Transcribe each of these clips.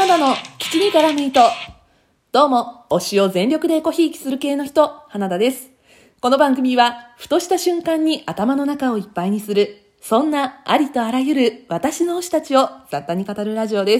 花田の口に絡む糸。どうも、推しを全力でエコひいきする系の人、花田です。この番組は、ふとした瞬間に頭の中をいっぱいにする、そんなありとあらゆる私の推したちを雑多に語るラジオです。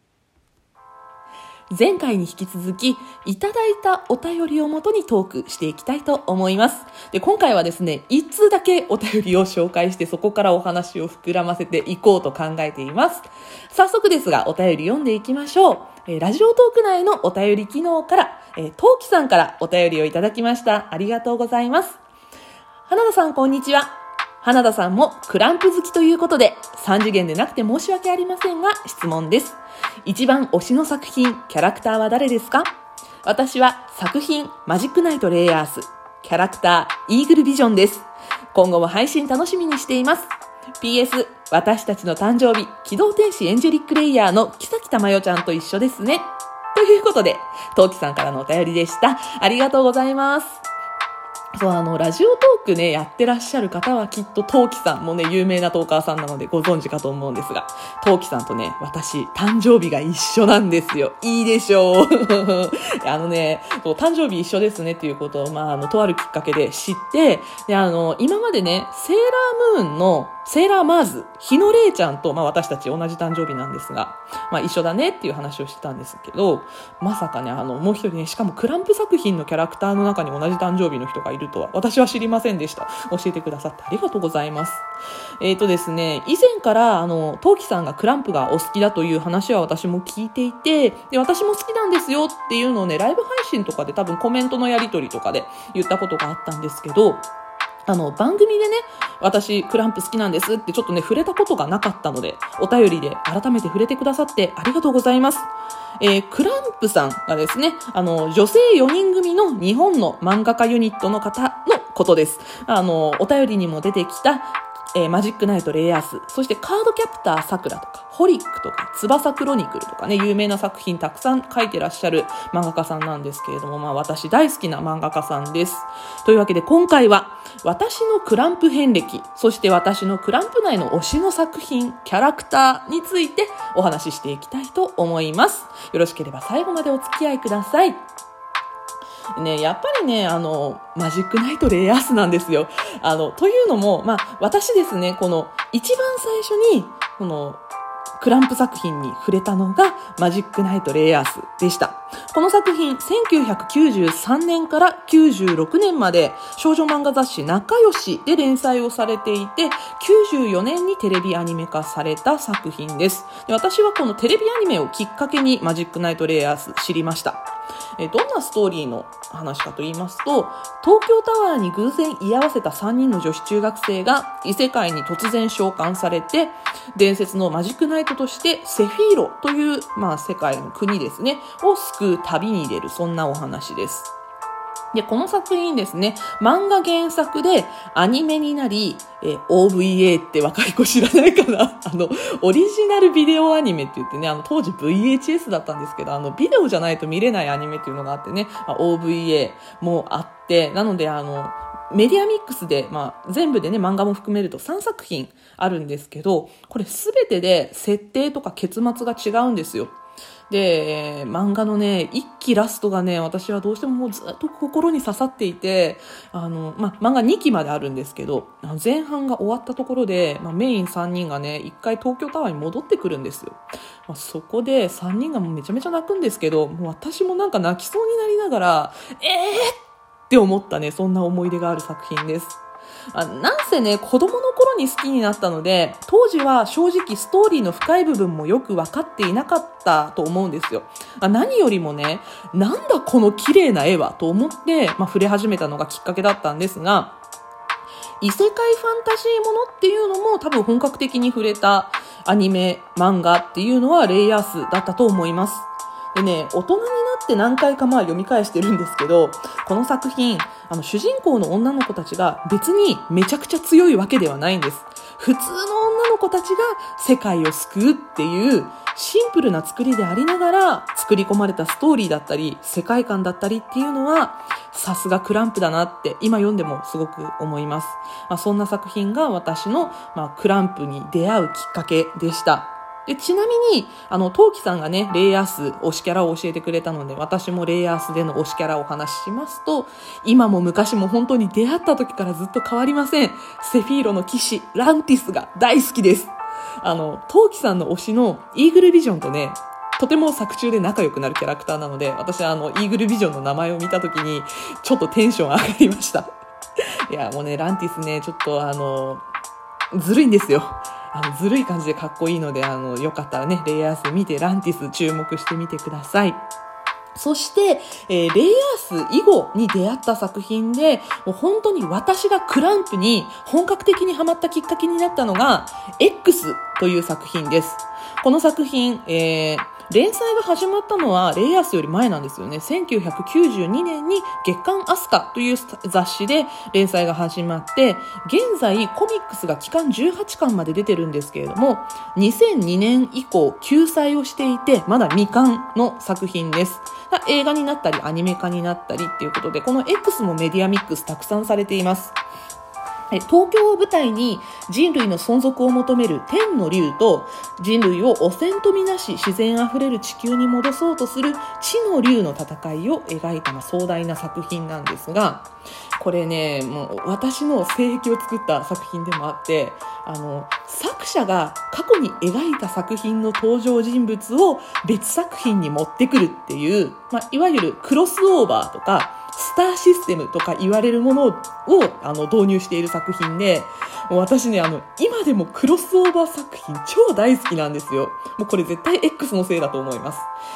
前回に引き続き、いただいたお便りをもとにトークしていきたいと思います。で、今回はですね、1通だけお便りを紹介して、そこからお話を膨らませていこうと考えています。早速ですが、お便り読んでいきましょう。ラジオトーク内のお便り機能から、トウキさんからお便りをいただきました。ありがとうございます。花田さん、こんにちは。花田さんもクランプ好きということで、3次元でなくて申し訳ありませんが、質問です。一番推しの作品、キャラクターは誰ですか？私は作品、マジックナイトレイヤース、キャラクター、イーグルビジョンです。今後も配信楽しみにしています。PS、私たちの誕生日、機動天使エンジェリックレイヤーの木崎たまよちゃんと一緒ですね。ということで、トウキさんからのお便りでした。ありがとうございます。そう、ラジオトークね、やってらっしゃる方はきっとトウキさんもね、有名なトーカーさんなのでご存知かと思うんですが、トウキさんとね、私、誕生日が一緒なんですよ。いいでしょう。そう誕生日一緒ですねっていうことを、とあるきっかけで知って、で、今までね、セーラームーンのセーラーマーズ、日野レイちゃんと、私たち同じ誕生日なんですが、一緒だねっていう話をしてたんですけど、まさかね、もう一人ね、しかもクランプ作品のキャラクターの中に同じ誕生日の人がいるとは、私は知りませんでした。教えてくださってありがとうございます。ですね、以前から、トウキさんがクランプがお好きだという話は私も聞いていて、で、私も好きなんですよっていうのをね、ライブ配信とかで多分コメントのやり取りとかで言ったことがあったんですけど、番組でね、私、クランプ好きなんですってちょっとね、触れたことがなかったので、お便りで改めて触れてくださってありがとうございます。クランプさんがですね、女性4人組の日本の漫画家ユニットの方のことです。お便りにも出てきた、マジックナイトレイヤース、そしてカードキャプターさくらとか、ホリックとか、翼クロニクルとかね、有名な作品たくさん書いてらっしゃる漫画家さんなんですけれども、私大好きな漫画家さんです。というわけで今回は、私のクランプ遍歴、そして私のクランプ内の推しの作品、キャラクターについてお話ししていきたいと思います。よろしければ最後までお付き合いください。ね、やっぱりね、マジックナイトレイヤースなんですよ。というのも、私ですね、この、一番最初に、この、クランプ作品に触れたのがマジックナイトレイヤースでした。この作品、1993年から96年まで少女漫画雑誌仲良しで連載をされていて、94年にテレビアニメ化された作品です。で、私はこのテレビアニメをきっかけにマジックナイトレイヤース知りました。どんなストーリーの話かと言いますと、東京タワーに偶然居合わせた3人の女子中学生が異世界に突然召喚されて、伝説のマジックナイトとしてセフィーロという、世界の国ですね、を救う旅に出る、そんなお話です。で、この作品ですね、漫画原作でアニメになり、OVA って若い子知らないかなオリジナルビデオアニメって言ってね、当時 VHS だったんですけど、ビデオじゃないと見れないアニメっていうのがあってね、OVA もあって、なのでメディアミックスで、全部でね、漫画も含めると3作品あるんですけど、これすべてで設定とか結末が違うんですよ。で、漫画のね、一期ラストがね、私はどうしてももうずっと心に刺さっていて、漫画2期まであるんですけど、前半が終わったところで、メイン3人がね、一回東京タワーに戻ってくるんですよ。そこで3人がもうめちゃめちゃ泣くんですけど、もう私もなんか泣きそうになりながら、って思ったね、そんな思い出がある作品です。なんせね、子供の頃に好きになったので、当時は正直ストーリーの深い部分もよく分かっていなかったと思うんですよ。何よりもね、なんだこの綺麗な絵はと思って、触れ始めたのがきっかけだったんですが、異世界ファンタジーものっていうのも多分本格的に触れたアニメ、漫画っていうのはレイヤースだったと思います。でね、大人になって何回か読み返してるんですけど、この作品、主人公の女の子たちが別にめちゃくちゃ強いわけではないんです。普通の女の子たちが世界を救うっていうシンプルな作りでありながら作り込まれたストーリーだったり世界観だったりっていうのはさすがクランプだなって今読んでもすごく思います。そんな作品が私の、クランプに出会うきっかけでした。 で、ちなみに、トウキさんがね、レイアース推しキャラを教えてくれたので、私もレイアースでの推しキャラをお話ししますと、今も昔も本当に出会った時からずっと変わりません。セフィーロの騎士、ランティスが大好きです。トウキさんの推しのイーグルビジョンとね、とても作中で仲良くなるキャラクターなので、私はイーグルビジョンの名前を見た時に、ちょっとテンション上がりました。いや、もうね、ランティスね、ちょっとずるいんですよ。ずるい感じでかっこいいので、よかったらね、レイアース見てランティス注目してみてください。そして、レイアース以後に出会った作品で、もう本当に私がクランプに本格的にハマったきっかけになったのが、X という作品です。この作品、連載が始まったのはレイアースより前なんですよね。1992年に月刊アスカという雑誌で連載が始まって、現在コミックスが期間18巻まで出てるんですけれども、2002年以降休載をしていて、まだ未完の作品です。映画になったりアニメ化になったりっていうことで、この X もメディアミックスたくさんされています。東京を舞台に人類の存続を求める天の竜と、人類を汚染とみなし自然あふれる地球に戻そうとする地の竜の戦いを描いた壮大な作品なんですが、これね、もう私の性癖を作った作品でもあって、作者が過去に描いた作品の登場人物を別作品に持ってくるっていう、いわゆるクロスオーバーとかスターシステムとか言われるものを導入している作品で、もう私ね、今でもクロスオーバー作品超大好きなんですよ。もうこれ絶対 X のせいだと思います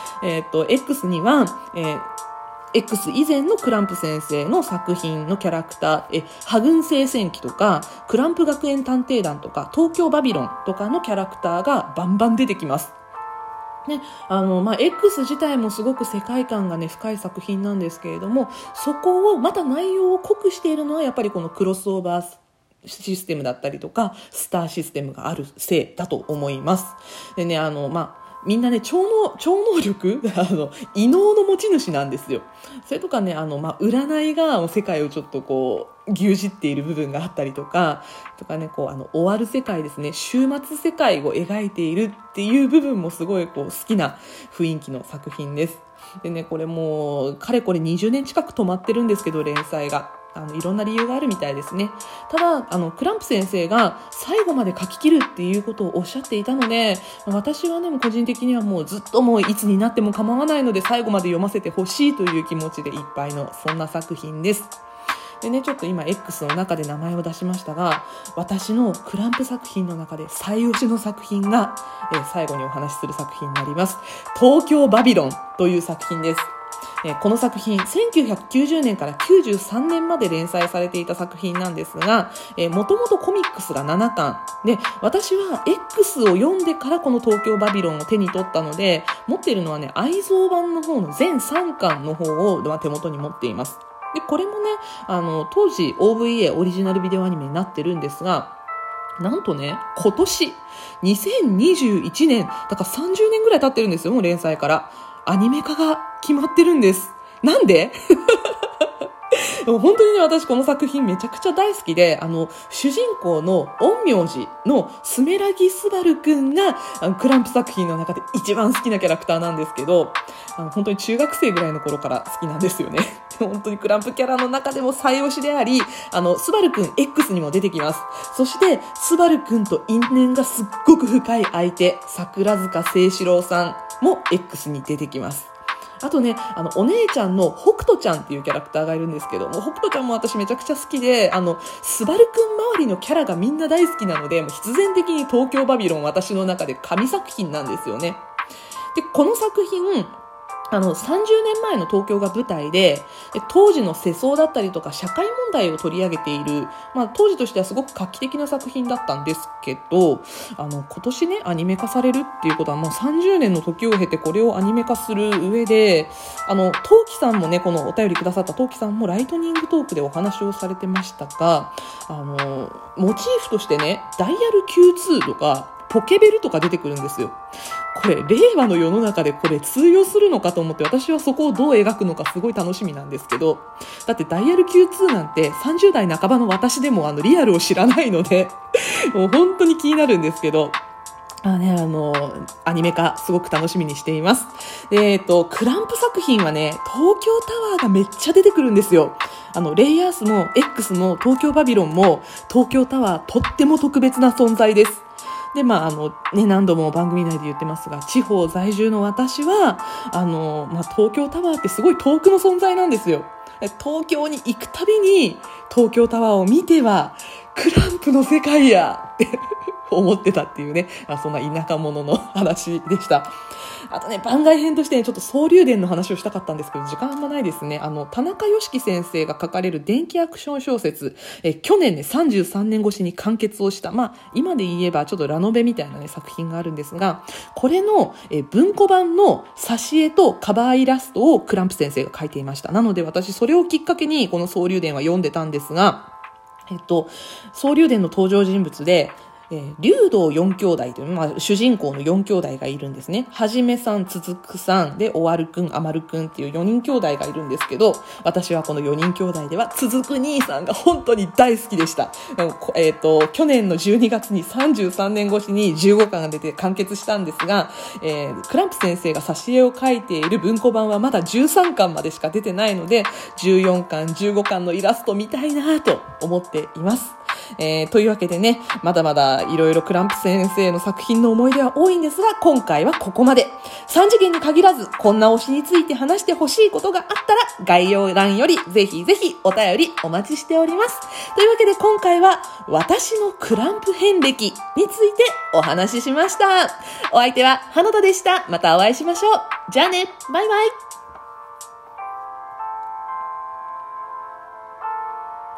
。X には、X 以前のクランプ先生の作品のキャラクター、破軍聖戦記とか、クランプ学園探偵団とか、東京バビロンとかのキャラクターがバンバン出てきます。ね、X 自体もすごく世界観がね、深い作品なんですけれども、そこを、また内容を濃くしているのは、やっぱりこのクロスオーバーシステムだったりとか、スターシステムがあるせいだと思います。でね、みんなね、超能力異能の持ち主なんですよ。それとかね、占いが世界をちょっとこう、牛耳っている部分があったりとかね、終わる世界ですね、終末世界を描いているっていう部分もすごい好きな雰囲気の作品です。でね、これもう、かれこれ20年近く止まってるんですけど、連載が。いろんな理由があるみたいですね。ただ、クランプ先生が最後まで書き切るっていうことをおっしゃっていたので、私はね、個人的にはもうずっともういつになっても構わないので最後まで読ませてほしいという気持ちでいっぱいの、そんな作品です。でね、ちょっと今 X の中で名前を出しましたが、私のクランプ作品の中で最推しの作品が、最後にお話しする作品になります。東京バビロンという作品です。この作品、1990年から93年まで連載されていた作品なんですが、もともとコミックスが7巻で、私は X を読んでからこの東京バビロンを手に取ったので、持っているのはね、愛蔵版の方の全3巻の方を手元に持っています。で、これもね、当時 OVA オリジナルビデオアニメになってるんですが、なんとね、今年、2021年、だから30年ぐらい経ってるんですよ、もう連載から。アニメ化が決まってるんです。なんででも本当にね、私この作品めちゃくちゃ大好きで、主人公の陰陽師のスメラギスバルくんが、クランプ作品の中で一番好きなキャラクターなんですけど、本当に中学生ぐらいの頃から好きなんですよね。本当にクランプキャラの中でも最推しであり、スバルくん X にも出てきます。そして、スバルくんと因縁がすっごく深い相手、桜塚清志郎さんも X に出てきます。あとね、お姉ちゃんの北斗ちゃんっていうキャラクターがいるんですけども、北斗ちゃんも私めちゃくちゃ好きで、スバルくん周りのキャラがみんな大好きなので、もう必然的に東京バビロン私の中で神作品なんですよね。で、この作品、30年前の東京が舞台で、当時の世相だったりとか社会問題を取り上げている、当時としてはすごく画期的な作品だったんですけど、今年ね、アニメ化されるっていうことはもう30年の時を経てこれをアニメ化する上で、トウキさんもね、このお便りくださったトウキさんもライトニングトークでお話をされてましたが、モチーフとしてね、ダイヤル Q2 とか、ポケベルとか出てくるんですよ。これ、令和の世の中でこれ通用するのかと思って、私はそこをどう描くのかすごい楽しみなんですけど、だってダイヤル Q2 なんて30代半ばの私でもリアルを知らないので、もう本当に気になるんですけど、 アニメ化すごく楽しみにしています。で、クランプ作品はね、東京タワーがめっちゃ出てくるんですよ。レイヤースも X も東京バビロンも東京タワーとっても特別な存在です。で、何度も番組内で言ってますが、地方在住の私は、東京タワーってすごい遠くの存在なんですよ。東京に行くたびに東京タワーを見ては、クランプの世界やって思ってたっていうね、そんな田舎者の話でした。あとね、番外編としてね、ちょっと総龍伝の話をしたかったんですけど、時間あんまないですね。田中良樹先生が書かれる電気アクション小説、去年ね、33年越しに完結をした、今で言えばちょっとラノベみたいなね、作品があるんですが、これの、文庫版の挿絵とカバーイラストをクランプ先生が書いていました。なので私、それをきっかけに、この総龍伝は読んでたんですが、総龍伝の登場人物で、竜道4兄弟という、主人公の4兄弟がいるんですね。はじめさん、つづくさん、で、おわるくん、あまるくんっていう4人兄弟がいるんですけど、私はこの4人兄弟では、つづく兄さんが本当に大好きでした。去年の12月に33年越しに15巻が出て完結したんですが、クランプ先生が挿絵を描いている文庫版はまだ13巻までしか出てないので、14巻、15巻のイラスト見たいなと思っています。というわけでね、まだまだいろいろクランプ先生の作品の思い出は多いんですが、今回はここまで。3次元に限らず、こんな推しについて話してほしいことがあったら、概要欄よりぜひぜひお便りお待ちしております。というわけで今回は、私のクランプ遍歴についてお話ししました。お相手は花田でした。またお会いしましょう。じゃあね、バイバイ。